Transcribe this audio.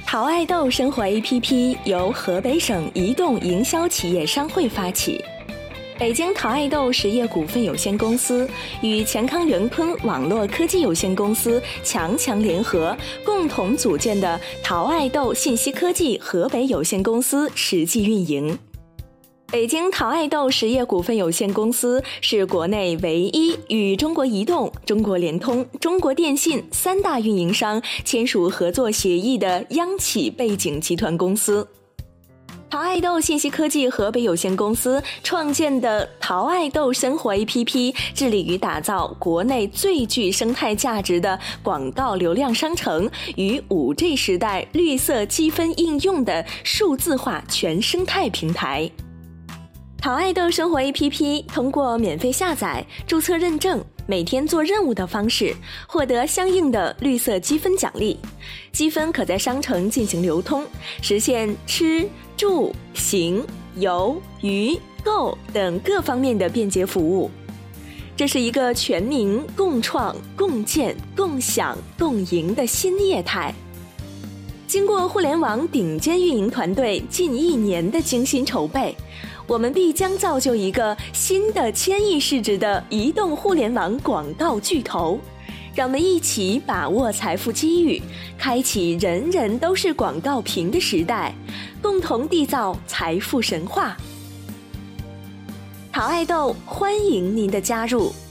淘爱豆生活 APP 由河北省移动营销企业商会发起，北京淘爱豆实业股份有限公司与钱康元坤网络科技有限公司强联合，共同组建的淘爱豆信息科技河北有限公司实际运营。北京淘爱豆实业股份有限公司是国内唯一与中国移动、中国联通、中国电信3大运营商签署合作协议的央企背景集团公司。淘爱豆信息科技河北有限公司创建的淘爱豆生活 APP 致力于打造国内最具生态价值的广告流量商城与 5G 时代绿色积分应用的数字化全生态平台。淘爱豆生活 APP 通过免费下载、注册认证、每天做任务的方式，获得相应的绿色积分奖励。积分可在商城进行流通，实现吃、住、行、游、娱、购等各方面的便捷服务。这是一个全民共创、共建、共享、共赢的新业态。经过互联网顶尖运营团队近1年的精心筹备，我们必将造就一个新的1000亿市值的移动互联网广告巨头。让我们一起把握财富机遇，开启人人都是广告屏的时代，共同缔造财富神话。淘爱豆欢迎您的加入。